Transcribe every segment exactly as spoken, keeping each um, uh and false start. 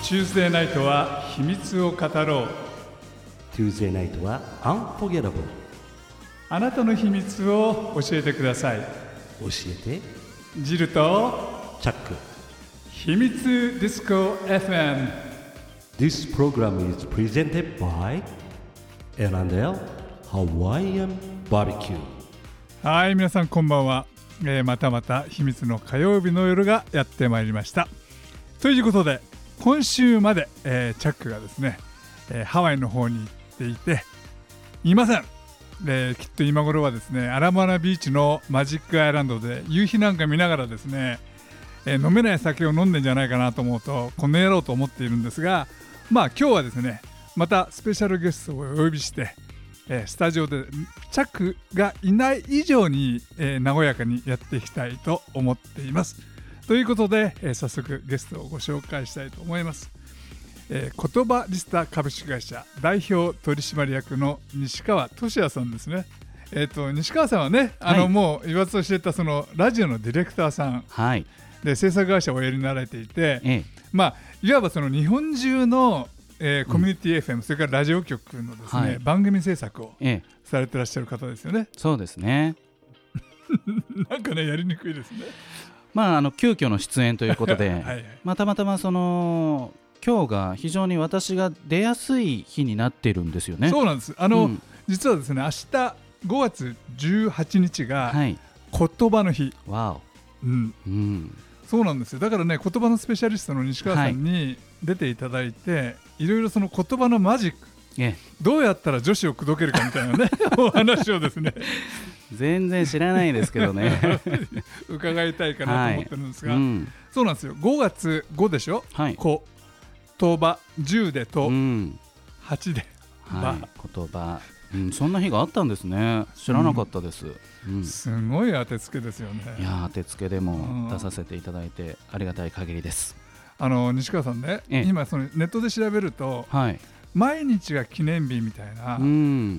Tuesday ナイトは秘密を語ろう。 Tuesday ナイトは Unforgettable。 あなたの秘密を教えてください。 教えてジルとチャック。 秘密ディスコ エフエム。 This program is presented by エルアンドエル Hawaiian Barbecue。 はい、皆さんこんばんは、えー、またまた秘密の火曜日の夜がやってまいりました。ということで今週まで、えー、チャックがですね、えー、ハワイの方に行っていていません。できっと今頃はですねアラモアナビーチのマジックアイランドで夕日なんか見ながらですね、えー、飲めない酒を飲んでんじゃないかなと思うとこの野郎と思っているんですが、まあ今日はですねまたスペシャルゲストをお呼びして、えー、スタジオでチャックがいない以上に、えー、和やかにやっていきたいと思っています。ということで、えー、早速ゲストをご紹介したいと思います。えー、言葉リスタ株式会社代表取締役の西川俊也さんですね。えー、と西川さんはね、あの、はい、もう言わずと知れたそのラジオのディレクターさん、はい、で制作会社をおやりになられていて、ええ、まあいわばその日本中の、えー、コミュニティ エフエム、うん、それからラジオ局のですね、はい、番組制作をされてらっしゃる方ですよね。ええ、 そうですねなんかねやりにくいですね。 まあ、あの急遽の出演ということではい、はい、まあ、たまたまその今日が非常に私が出やすい日になっているんですよね。 そうなんです。あの、うん、実はですね明日ごがつじゅうはちにちが言葉の日、 はい、 うんうん、そうなんですよ。だからね言葉のスペシャリストの西川さんに出ていただいて、はい、いろいろその言葉のマジック、ええ、どうやったら女子を口説けるかみたいなねお話をですね全然知らないですけどね伺いたいかなと思ってるんですが、はい、うん、そうなんですよ。ごがつごでしょ、はい、こ言葉じゅうでと、うん、はちでば、 はい、言葉、うん、そんな日があったんですね。知らなかったです、 うんうん、すごい当てつけですよね。 いや当てつけでも出させていただいてありがたい限りです。 あの西川さんね、今そのネットで調べると、はい、毎日が記念日みたいな、うん、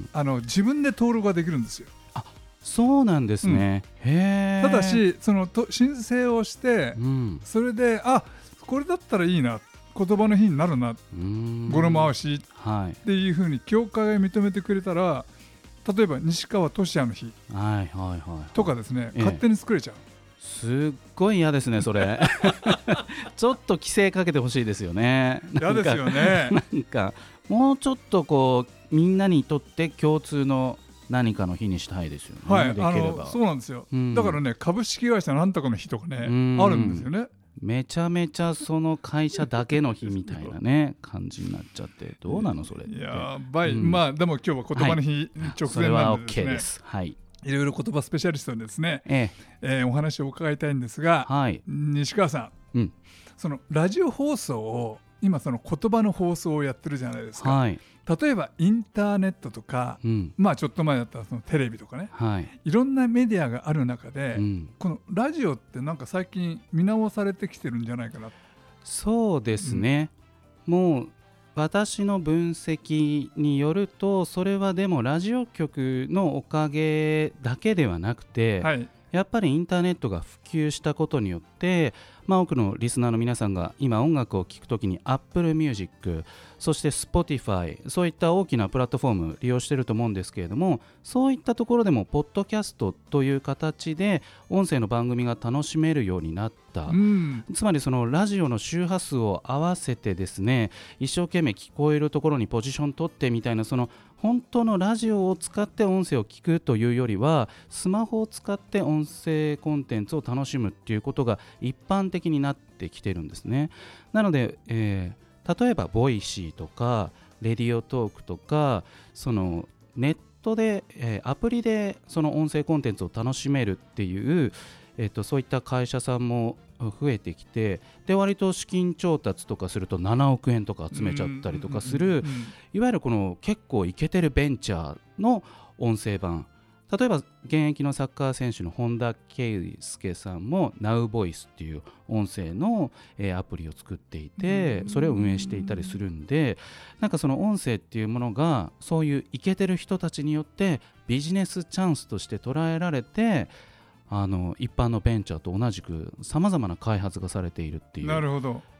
あの自分で登録ができるんですよ。 あ、そうなんですね、うん、へー。 ただしそのと申請をして、うん、それであこれだったらいいな、言葉の日になるな、語呂も合うし、はい、っていう風に協会が認めてくれたら、例えば西川俊也の日とかですね、勝手に作れちゃう。 すっごい嫌ですねそれちょっと規制かけてほしいですよね。 嫌ですよね。 なんかもうちょっとこうみんなにとって共通の何かの日にしたいですよね、 はい、 できれば。 あのそうなんですよ、うん、だからね株式会社なんとかの日とかね、うん、あるんですよね。 めちゃめちゃその会社だけの日みたいなね感じになっちゃってどうなのそれって。 やばい、うん、まあでも今日は言葉の日直前なんでですね、はい、それは OK です、はい、いろいろ言葉スペシャリストにですね、えええー、お話を伺いたいんですが、はい、西川さん、うん、そのラジオ放送を今その言葉の放送をやってるじゃないですか、はい、例えばインターネットとか、うん、まあちょっと前だったらそのテレビとかね、はい、いろんなメディアがある中で、うん、このラジオってなんか最近見直されてきてるんじゃないかな。 そうですね、うん、もう私の分析によるとそれはでもラジオ局のおかげだけではなくて、はい、やっぱりインターネットが普及したことによって、まあ、多くのリスナーの皆さんが今音楽を聴くときに Apple Music そして Spotify そういった大きなプラットフォーム利用していると思うんですけれども、そういったところでもポッドキャストという形で音声の番組が楽しめるようになった、うん、つまりそのラジオの周波数を合わせてですね一生懸命聞こえるところにポジション取ってみたいな、その本当のラジオを使って音声を聞くというよりはスマホを使って音声コンテンツを楽しむっていうことが一般的になってきてるんですね。なので、えー、例えばボイシーとかレディオトークとかそのネットで、えー、アプリでその音声コンテンツを楽しめるっていう、えーと、そういった会社さんも増えてきて、で割と資金調達とかするとななおくえんとか集めちゃったりとかする、いわゆるこの結構イケてるベンチャーの音声版、例えば現役のサッカー選手の本田圭佑さんも NowVoice っていう音声の、えー、アプリを作っていて、それを運営していたりするんで、なんかその音声っていうものがそういうイケてる人たちによってビジネスチャンスとして捉えられて、あの一般のベンチャーと同じくさまざまな開発がされているっていう。 なるほど。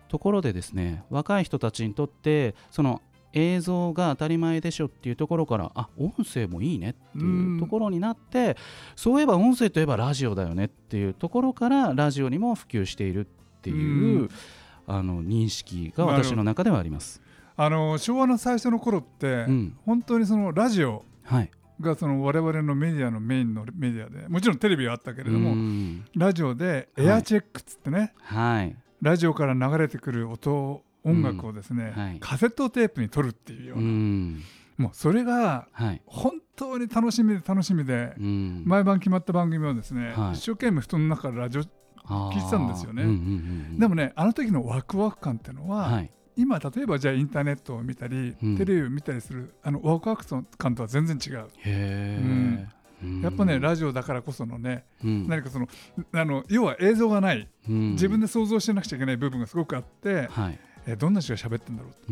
ところでですね、若い人たちにとってその映像が当たり前でしょっていうところから、あ、音声もいいねっていうところになって、そういえば音声といえばラジオだよねっていうところからラジオにも普及しているっていうあの認識が私の中ではあります。 あの昭和の最初の頃って、うん、本当にそのラジオがその我々のメディアのメインのメディアで、もちろんテレビはあったけれども、ラジオでエアチェックっつってね、はい、ラジオから流れてくる音音楽をですね、うん、はい、カセットテープに撮るっていうような、うん、もうそれが本当に楽しみで楽しみで、うん、毎晩決まった番組をですね、はい、一生懸命布団の中からラジオ聞いてたんですよね、うんうんうんうん、でもね、あの時のワクワク感っていうのは、はい、今例えばじゃあインターネットを見たり、うん、テレビを見たりするあのワクワク感とは全然違う。へー、うん、やっぱねラジオだからこそのね、うん、何かそのあの要は映像がない、うん、自分で想像しなくちゃいけない部分がすごくあって、はい、えどんな人が喋ってんだろう、うん、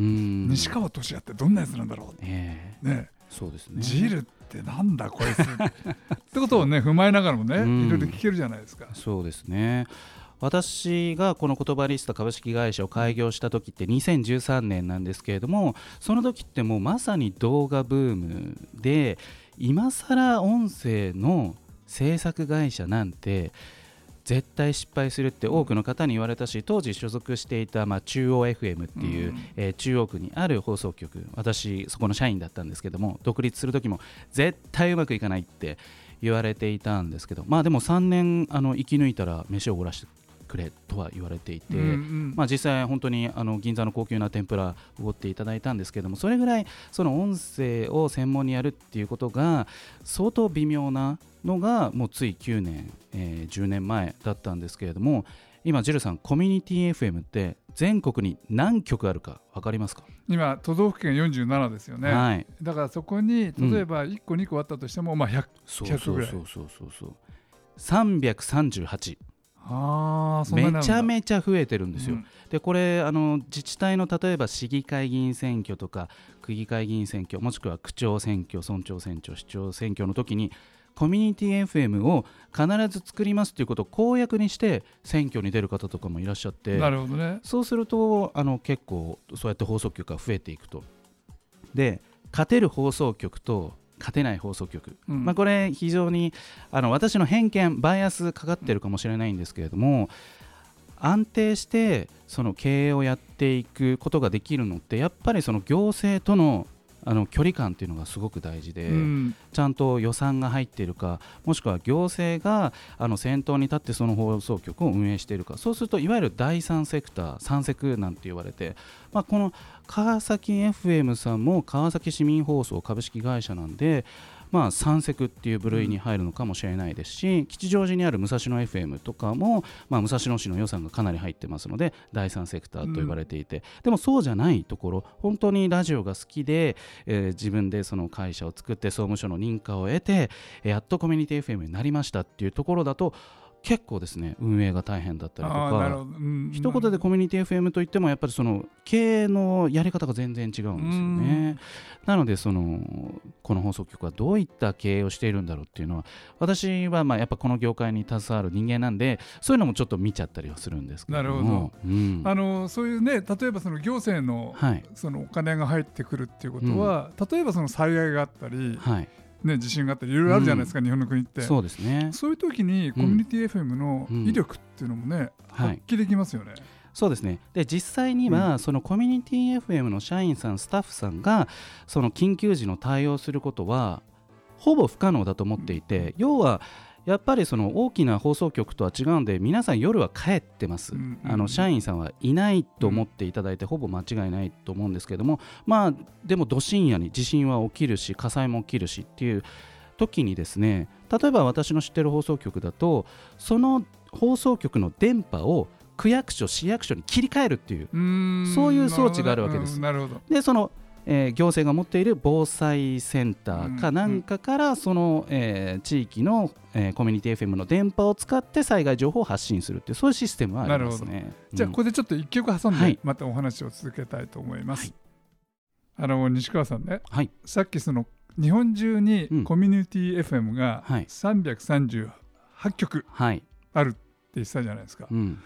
西川俊也ってどんなやつなんだろう、えーね、そうですね、ジルってなんだこいつってことをね踏まえながらもね、うん、いろいろ聞けるじゃないですか。 そうですね。私がこの言葉リスト株式会社を開業した時ってにせんじゅうさんねんなんですけれども、その時ってもうまさに動画ブームで、今更音声の制作会社なんて絶対失敗するって多くの方に言われたし、当時所属していた、まあ、中央 エフエム っていう、うんえー、中央区にある放送局、私そこの社員だったんですけども、独立する時も絶対うまくいかないって言われていたんですけど、まあでもさんねんあの生き抜いたら飯をおごらしてくれとは言われていて、うんうんまあ、実際本当にあの銀座の高級な天ぷらおごっていただいたんですけども、それぐらいその音声を専門にやるっていうことが相当微妙なのがもうついきゅうねん、えー、じゅうねんまえだったんですけれども、今ジルさんコミュニティ エフエム って全国に何局あるか分かりますか？ 今都道府県よんじゅうななですよね、はい、だからそこに例えばいっこにこあったとしても、まあ ひゃく, ひゃくぐらい、そうそうそうそうさんびゃくさんじゅうはち、あそんなにめちゃめちゃ増えてるんですよ、うん、でこれあの自治体の例えば市議会議員選挙とか区議会議員選挙、もしくは区長選挙、村長選挙、市長選挙の時にコミュニティ エフエム を必ず作りますということを公約にして選挙に出る方とかもいらっしゃって、 なるほどね、 そうするとあの結構そうやって放送局が増えていくと。で勝てる放送局と勝てない放送局、うんまあ、これ非常にあの私の偏見バイアスかかってるかもしれないんですけれども、安定してその経営をやっていくことができるのってやっぱりその行政とのあの距離感っていうのがすごく大事で、うん、ちゃんと予算が入っているか、もしくは行政があの先頭に立ってその放送局を運営しているか、そうするといわゆる第三セクター、三セクなんて言われて、まあ、この川崎 エフエム さんも川崎市民放送株式会社なんで、まあ、三セクっていう部類に入るのかもしれないですし、うん、吉祥寺にある武蔵野 エフエム とかも、まあ、武蔵野市の予算がかなり入ってますので第三セクターと言われていて、うん、でもそうじゃないところ、本当にラジオが好きで、えー、自分でその会社を作って総務省の認可を得てやっとコミュニティ エフエム になりましたっていうところだと結構ですね運営が大変だったりとか、うん、一言でコミュニティ エフエム といってもやっぱりその経営のやり方が全然違うんですよね。なのでそのこの放送局はどういった経営をしているんだろうっていうのは、私はまあやっぱこの業界に携わる人間なんでそういうのもちょっと見ちゃったりはするんですけども。なるほど、うん、 あのそういうね、例えばその行政 の,、はい、そのお金が入ってくるっていうことは、うん、例えばその災害があったり、はいね、地震があったりいろいろあるじゃないですか、うん、日本の国って。そうですね。そういう時にコミュニティ エフエム の威力っていうのもね、うん、発揮できますよね、はい、 そうですね。で実際には、うん、そのコミュニティ エフエム の社員さんスタッフさんがその緊急時の対応することはほぼ不可能だと思っていて、うん、要はやっぱりその大きな放送局とは違うんで、皆さん夜は帰ってます、うんうん、あの社員さんはいないと思っていただいてほぼ間違いないと思うんですけれども、まあでもど深夜に地震は起きるし火災も起きるしっていう時にですね、例えば私の知ってる放送局だとその放送局の電波を区役所市役所に切り替えるっていう、うーん、そういう装置があるわけです。 なるほど。 でそのえー、行政が持っている防災センターかなんかからその、えー、地域の、えー、コミュニティ エフエム の電波を使って災害情報を発信するっていう、そういうシステムはありますね。 なるほど、うん、じゃあここでちょっと一曲挟んでまたお話を続けたいと思います、はい、あの西川さんね、はい、さっきその日本中にコミュニティ エフエム がさんびゃくさんじゅうはちきょくあるって言ってたじゃないですか、うん、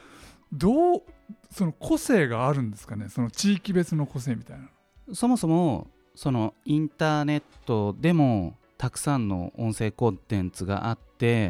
どうその個性があるんですかね、その地域別の個性みたいな。 そもそもそのインターネットでもたくさんの音声コンテンツがあって、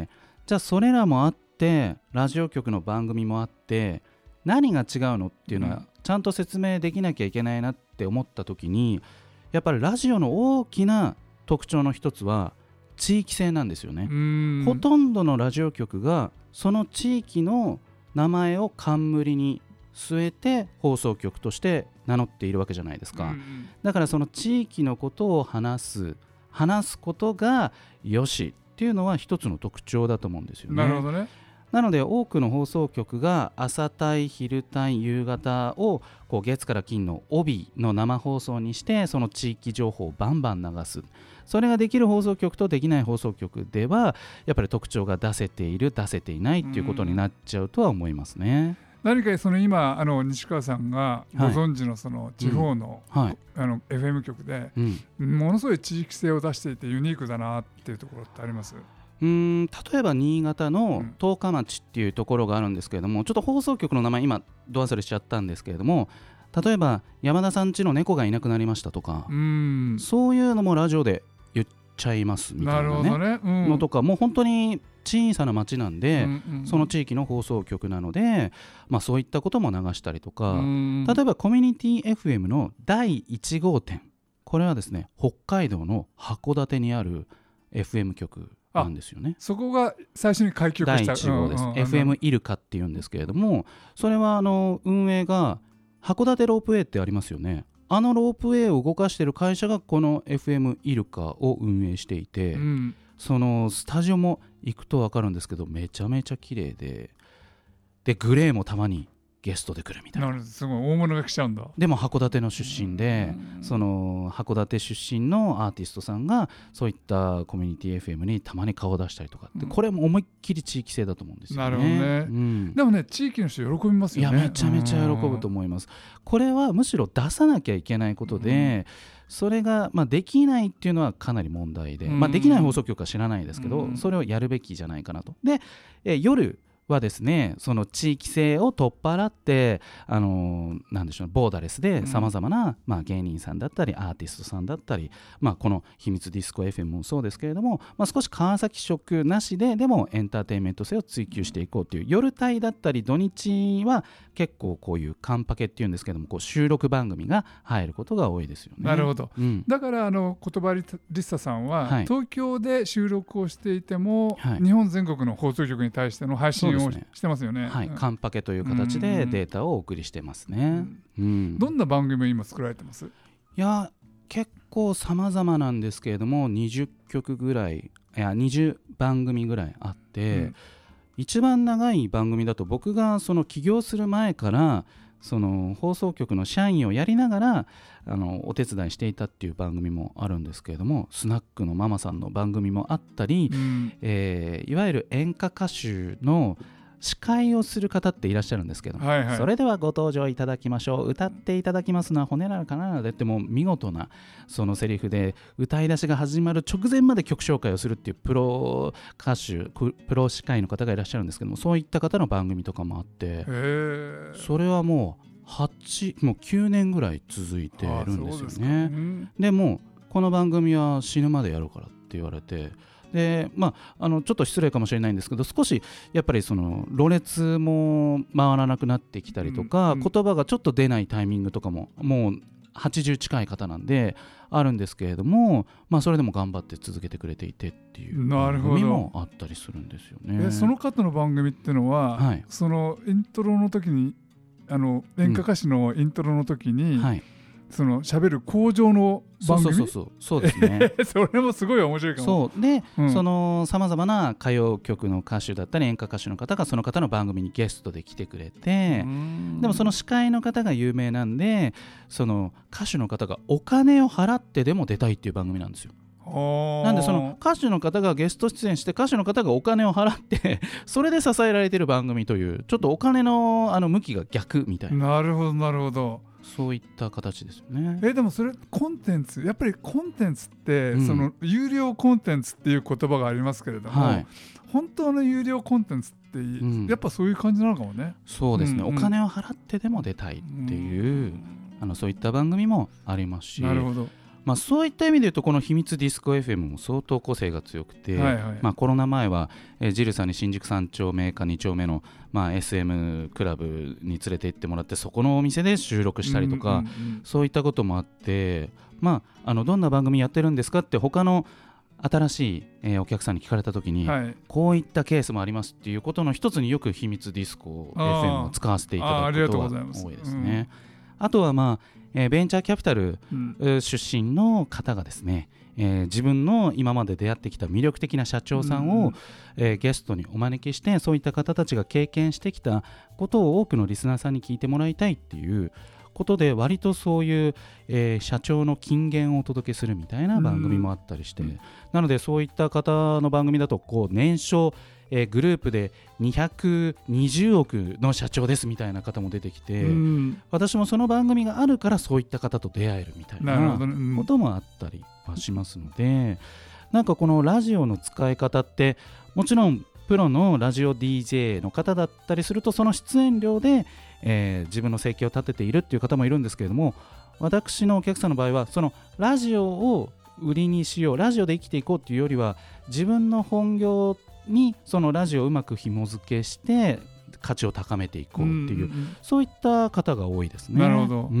じゃあそれらもあってラジオ局の番組もあって何が違うのっていうのはちゃんと説明できなきゃいけないなって思った時に、やっぱりラジオの大きな特徴の一つは地域性なんですよね。ほとんどのラジオ局がその地域の名前を冠に据えて放送局として名乗っているわけじゃないですか。だからその地域のことを話す話すことがよしっていうのは一つの特徴だと思うんですよね。 なるほどね。 なので多くの放送局が朝帯、昼帯、夕方をこう月から金の帯の生放送にしてその地域情報をバンバン流す。それができる放送局とできない放送局ではやっぱり特徴が出せている出せていないっていうことになっちゃうとは思いますね。 何かその今あの西川さんがご存知のその地方の、 はい、 あの エフエム 局で、うん、ものすごい地域性を出していてユニークだなっていうところってあります？ うーん例えば新潟の十日町っていうところがあるんですけれども、うん、ちょっと放送局の名前今ど忘れしちゃったんですけれども、例えば山田さん家の猫がいなくなりましたとか、うん、そういうのもラジオで言っちゃいますみたいな、ね、なるほどね、うん、のとか、もう本当に小さな町なんで、うんうん、その地域の放送局なので、まあ、そういったことも流したりとか、うん、例えばコミュニティ エフエム のだいいち号店、これはですね北海道の函館にある エフエム 局なんですよね。 そこが最初に開局しただいいち号です、うんうん、エフエム イルカっていうんですけれども、それはあの運営が函館ロープウェイってありますよね。あのロープウェイを動かしている会社がこの エフエム イルカを運営していて、うん、そのスタジオも行くと分かるんですけどめちゃめちゃ綺麗で、でグレーもたまにゲストで来るみたいな。 なるほど、すごい大物が来ちゃうんだ。 でも函館の出身で、その函館出身のアーティストさんがそういったコミュニティ エフエム にたまに顔を出したりとかって、これも思いっきり地域性だと思うんですよね。 なるほどね、うん、でもね地域の人喜びますよね。 いやめちゃめちゃ喜ぶと思います。これはむしろ出さなきゃいけないことで、それがまあできないっていうのはかなり問題で、まあできない放送局は知らないですけど、それをやるべきじゃないかなと。でえ夜はですね、その地域性を取っ払って、あのー、なんでしょう、ボーダレスでさまざまな、まあ、芸人さんだったりアーティストさんだったり、まあ、この秘密ディスコ エフエム もそうですけれども、まあ、少し川崎色なしででもエンターテインメント性を追求していこうという、夜帯だったり土日は結構こういうカンパケっていうんですけども、こう収録番組が入ることが多いですよね。 なるほど、うん、だからあの言葉リッサさんは、はい、東京で収録をしていても、はい、日本全国の放送局に対しての配信をしてますよね。 はい、カンパケという形でデータをお送りしてますね。うんうん、どんな番組を今作られてます？ いや結構様々なんですけれども、にじゅっきょくぐらい、いやにじゅうばんぐみぐらいあって、うん、一番長い番組だと僕がその起業する前からその放送局の社員をやりながらあのお手伝いしていたっていう番組もあるんですけれども、スナックのママさんの番組もあったり、うんえー、いわゆる演歌歌手の司会をする方っていらっしゃるんですけど、はいはい、それではご登場いただきましょう、歌っていただきますのは骨ならかならでっても見事なそのセリフで歌い出しが始まる直前まで曲紹介をするっていうプロ歌手プロ司会の方がいらっしゃるんですけども、そういった方の番組とかもあって、それはもうはちもうきゅうねんぐらい続いてるんですよね。で, うん、でもこの番組は死ぬまでやるからって言われて、でまあ、あのちょっと失礼かもしれないんですけど、少しやっぱりそのろれつも回らなくなってきたりとか、うんうん、言葉がちょっと出ないタイミングとかももうはちじゅう近い方なんであるんですけれども、まあ、それでも頑張って続けてくれていてっていう番組もあったりするんですよね。 その方の番組っていうのは、はい、そのイントロの時にあの演歌歌手のイントロの時に、うんはいその喋る工場の番組、 そうそうそうそうですねそれもすごい面白いかも。 そうで、うん、そのさまざまな歌謡曲の歌手だったり演歌歌手の方がその方の番組にゲストで来てくれて、でもその司会の方が有名なんで、その歌手の方がお金を払ってでも出たいっていう番組なんですよ。なんでその歌手の方がゲスト出演して歌手の方がお金を払ってそれで支えられている番組という、ちょっとお金のあの向きが逆みたいな。 なるほどなるほど、 そういった形ですよね。 えでもそれコンテンツ、やっぱりコンテンツって、うん、その有料コンテンツっていう言葉がありますけれども、はい、本当の有料コンテンツっ 、うん、やっぱそういう感じなのかもね。 そうですね、うんうん、お金を払ってでも出たいっていう、うん、あのそういった番組もありますし、 なるほど、 まあ、そういった意味で言うとこの秘密ディスコ エフエム も相当個性が強くて、はいはい、まあ、コロナ前は、えー、ジルさんに新宿さん丁目かに丁目の、まあ、エスエム クラブに連れて行ってもらってそこのお店で収録したりとか、うんうんうん、そういったこともあって、まあ、あのどんな番組やってるんですかって他の新しい、えー、お客さんに聞かれたときに、はい、こういったケースもありますっていうことの一つによく秘密ディスコ エフエム を使わせていただくことが多いですね。あとは、まあえー、ベンチャーキャピタル、うん、出身の方がですね、えー、自分の今まで出会ってきた魅力的な社長さんを、うんえー、ゲストにお招きしてそういった方たちが経験してきたことを多くのリスナーさんに聞いてもらいたいっていうことで割とそういう、えー、社長の金言をお届けするみたいな番組もあったりして、うん、なのでそういった方の番組だとこう年商、えー、グループでにひゃくにじゅうおくの社長ですみたいな方も出てきて、うん、私もその番組があるからそういった方と出会えるみたいなこともあったりはしますので、なんかこのラジオの使い方ってもちろんプロのラジオ ディージェー の方だったりするとその出演料で、えー、自分の生計を立てているっていう方もいるんですけれども、私のお客さんの場合はそのラジオを売りにしよう、ラジオで生きていこうっていうよりは自分の本業にそのラジオをうまく紐付けして価値を高めていこうっていう、うんうん、そういった方が多いですね。 なるほど、うん、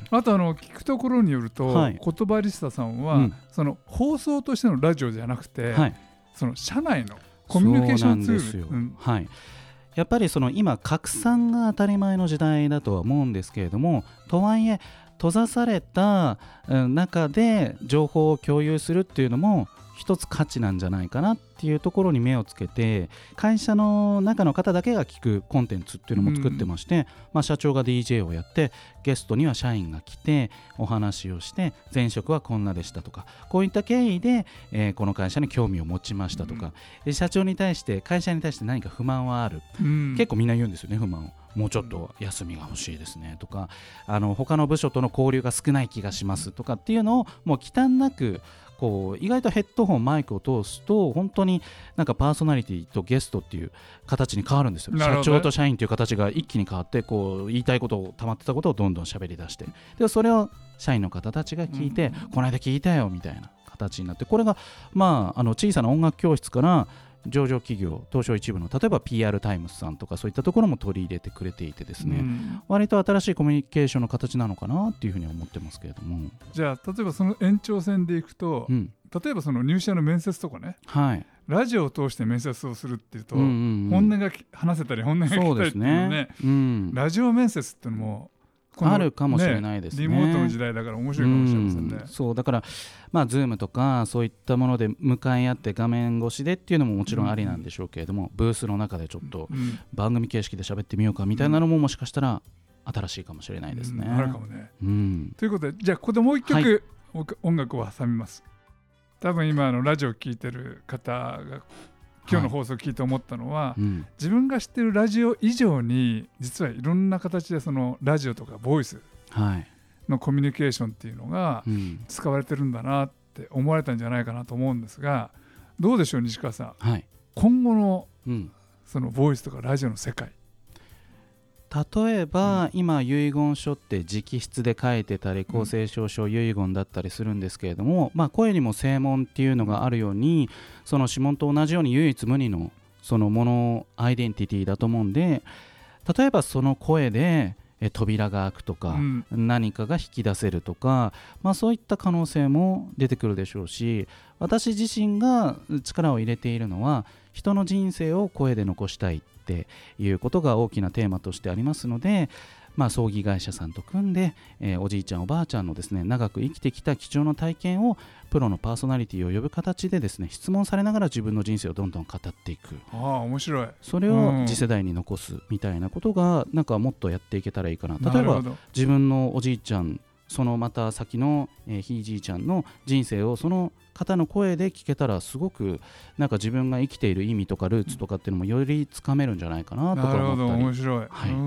あとあの聞くところによると、はい、言葉リスタさんは、うん、その放送としてのラジオじゃなくて、はい、その社内のコミュニケーションツール、そうなんですよ、うん、はい、 やっぱりその今拡散が当たり前の時代だとは思うんですけれども、とはいえ閉ざされた中で情報を共有するっていうのも一つ価値なんじゃないかなっていうところに目をつけて、会社の中の方だけが聞くコンテンツっていうのも作ってまして、うんまあ、社長が ディージェー をやってゲストには社員が来てお話をして前職はこんなでしたとか、こういった経緯で、えー、この会社に興味を持ちましたとか、うん、社長に対して会社に対して何か不満はある、うん、結構みんな言うんですよね、不満を。もうちょっと休みが欲しいですねとか、あの他の部署との交流が少ない気がしますとかっていうのをもう忌憚なくこう意外とヘッドホンマイクを通すと本当になんかパーソナリティとゲストっていう形に変わるんですよ。社長と社員という形が一気に変わって、こう言いたいことを溜まってたことをどんどん喋り出して、でそれを社員の方たちが聞いて、うん、この間聞いたよみたいな形になって、これがまああの小さな音楽教室から上場企業東証一部の例えば ピーアール タイムズさんとかそういったところも取り入れてくれていてですね、うん、割と新しいコミュニケーションの形なのかなっていうふうに思ってますけれども。 じゃあ例えばその延長線でいくと、うん、例えばその入社の面接とかね、はい、ラジオを通して面接をするっていうと、うんうんうん、本音が話せたり本音が聞きたりっていうのね、ね、うん、ラジオ面接っていうのもあるかもしれないですね。 リモートの時代だから面白いかもしれませんね。 うん、そうだからまあ Zoom とかそういったもので向かい合って画面越しでっていうのももちろんありなんでしょうけれども、うん、ブースの中でちょっと番組形式で喋ってみようかみたいなのももしかしたら新しいかもしれないですね。 うん、あるかもね。うん、ということでじゃあここでもう一曲、はい、音楽を挟みます。多分今のラジオを聴いてる方が今日の放送を聞いて思ったのは、はいうん、自分が知ってるラジオ以上に実はいろんな形でそのラジオとかボイスのコミュニケーションっていうのが使われてるんだなって思われたんじゃないかなと思うんですが、どうでしょう西川さん、はい、今後のそのボイスとかラジオの世界、 例えば、うん、今遺言書って直筆で書いてたり公正証書遺言だったりするんですけれども、うんまあ、声にも声紋っていうのがあるようにその指紋と同じように唯一無二のそのものアイデンティティだと思うんで、例えばその声でえ扉が開くとか、うん、何かが引き出せるとか、まあ、そういった可能性も出てくるでしょうし、私自身が力を入れているのは人の人生を声で残したいっていうことが大きなテーマとしてありますので、まあ、葬儀会社さんと組んで、えー、おじいちゃんおばあちゃんのですね長く生きてきた貴重な体験をプロのパーソナリティを呼ぶ形でですね質問されながら自分の人生をどんどん語っていく。 ああ面白い。 それを次世代に残すみたいなことがなんかもっとやっていけたらいいかな。例えば自分のおじいちゃんそのまた先の、えー、ひいじいちゃんの人生をその方の声で聞けたらすごくなんか自分が生きている意味とかルーツとかっていうのもよりつかめるんじゃないかなとか思ったり、なるほど面白い、はい、うん、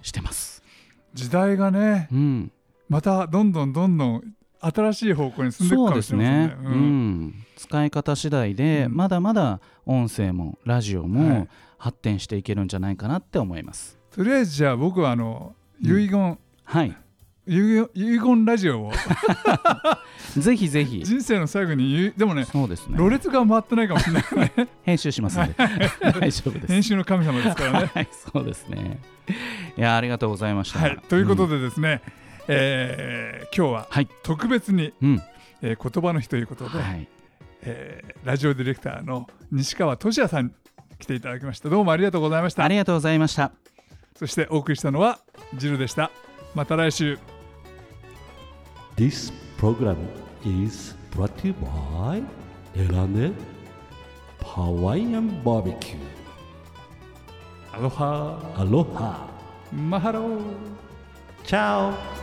してます。 時代がね、うん、またどんどんどんどん新しい方向に進んでいくかもしれませんね。 そうですね、うんうん、使い方次第で、うん、まだまだ音声もラジオも発展していけるんじゃないかなって思います。 とりあえずじゃあ僕はあの遺言、うん、 はい遺言ラジオをぜひぜひ人生の最後にでもね、 そうですね、 ろれつが回ってないかもしれないね編集しますので大丈夫です。 編集の神様ですからね、 はい、そうですね。いやありがとうございました、 はい、ということでですね、うんえー、今日は特別に、はいえー、言葉の日ということで、はいえー、ラジオディレクターの西川俊也さんに来ていただきました。どうもありがとうございました。 ありがとうございました。 そしてお送りしたのはジルでした。また来週。 This program is brought to you by エラネハワイアンバーベキュー。 アロハアロハマハローチャオ。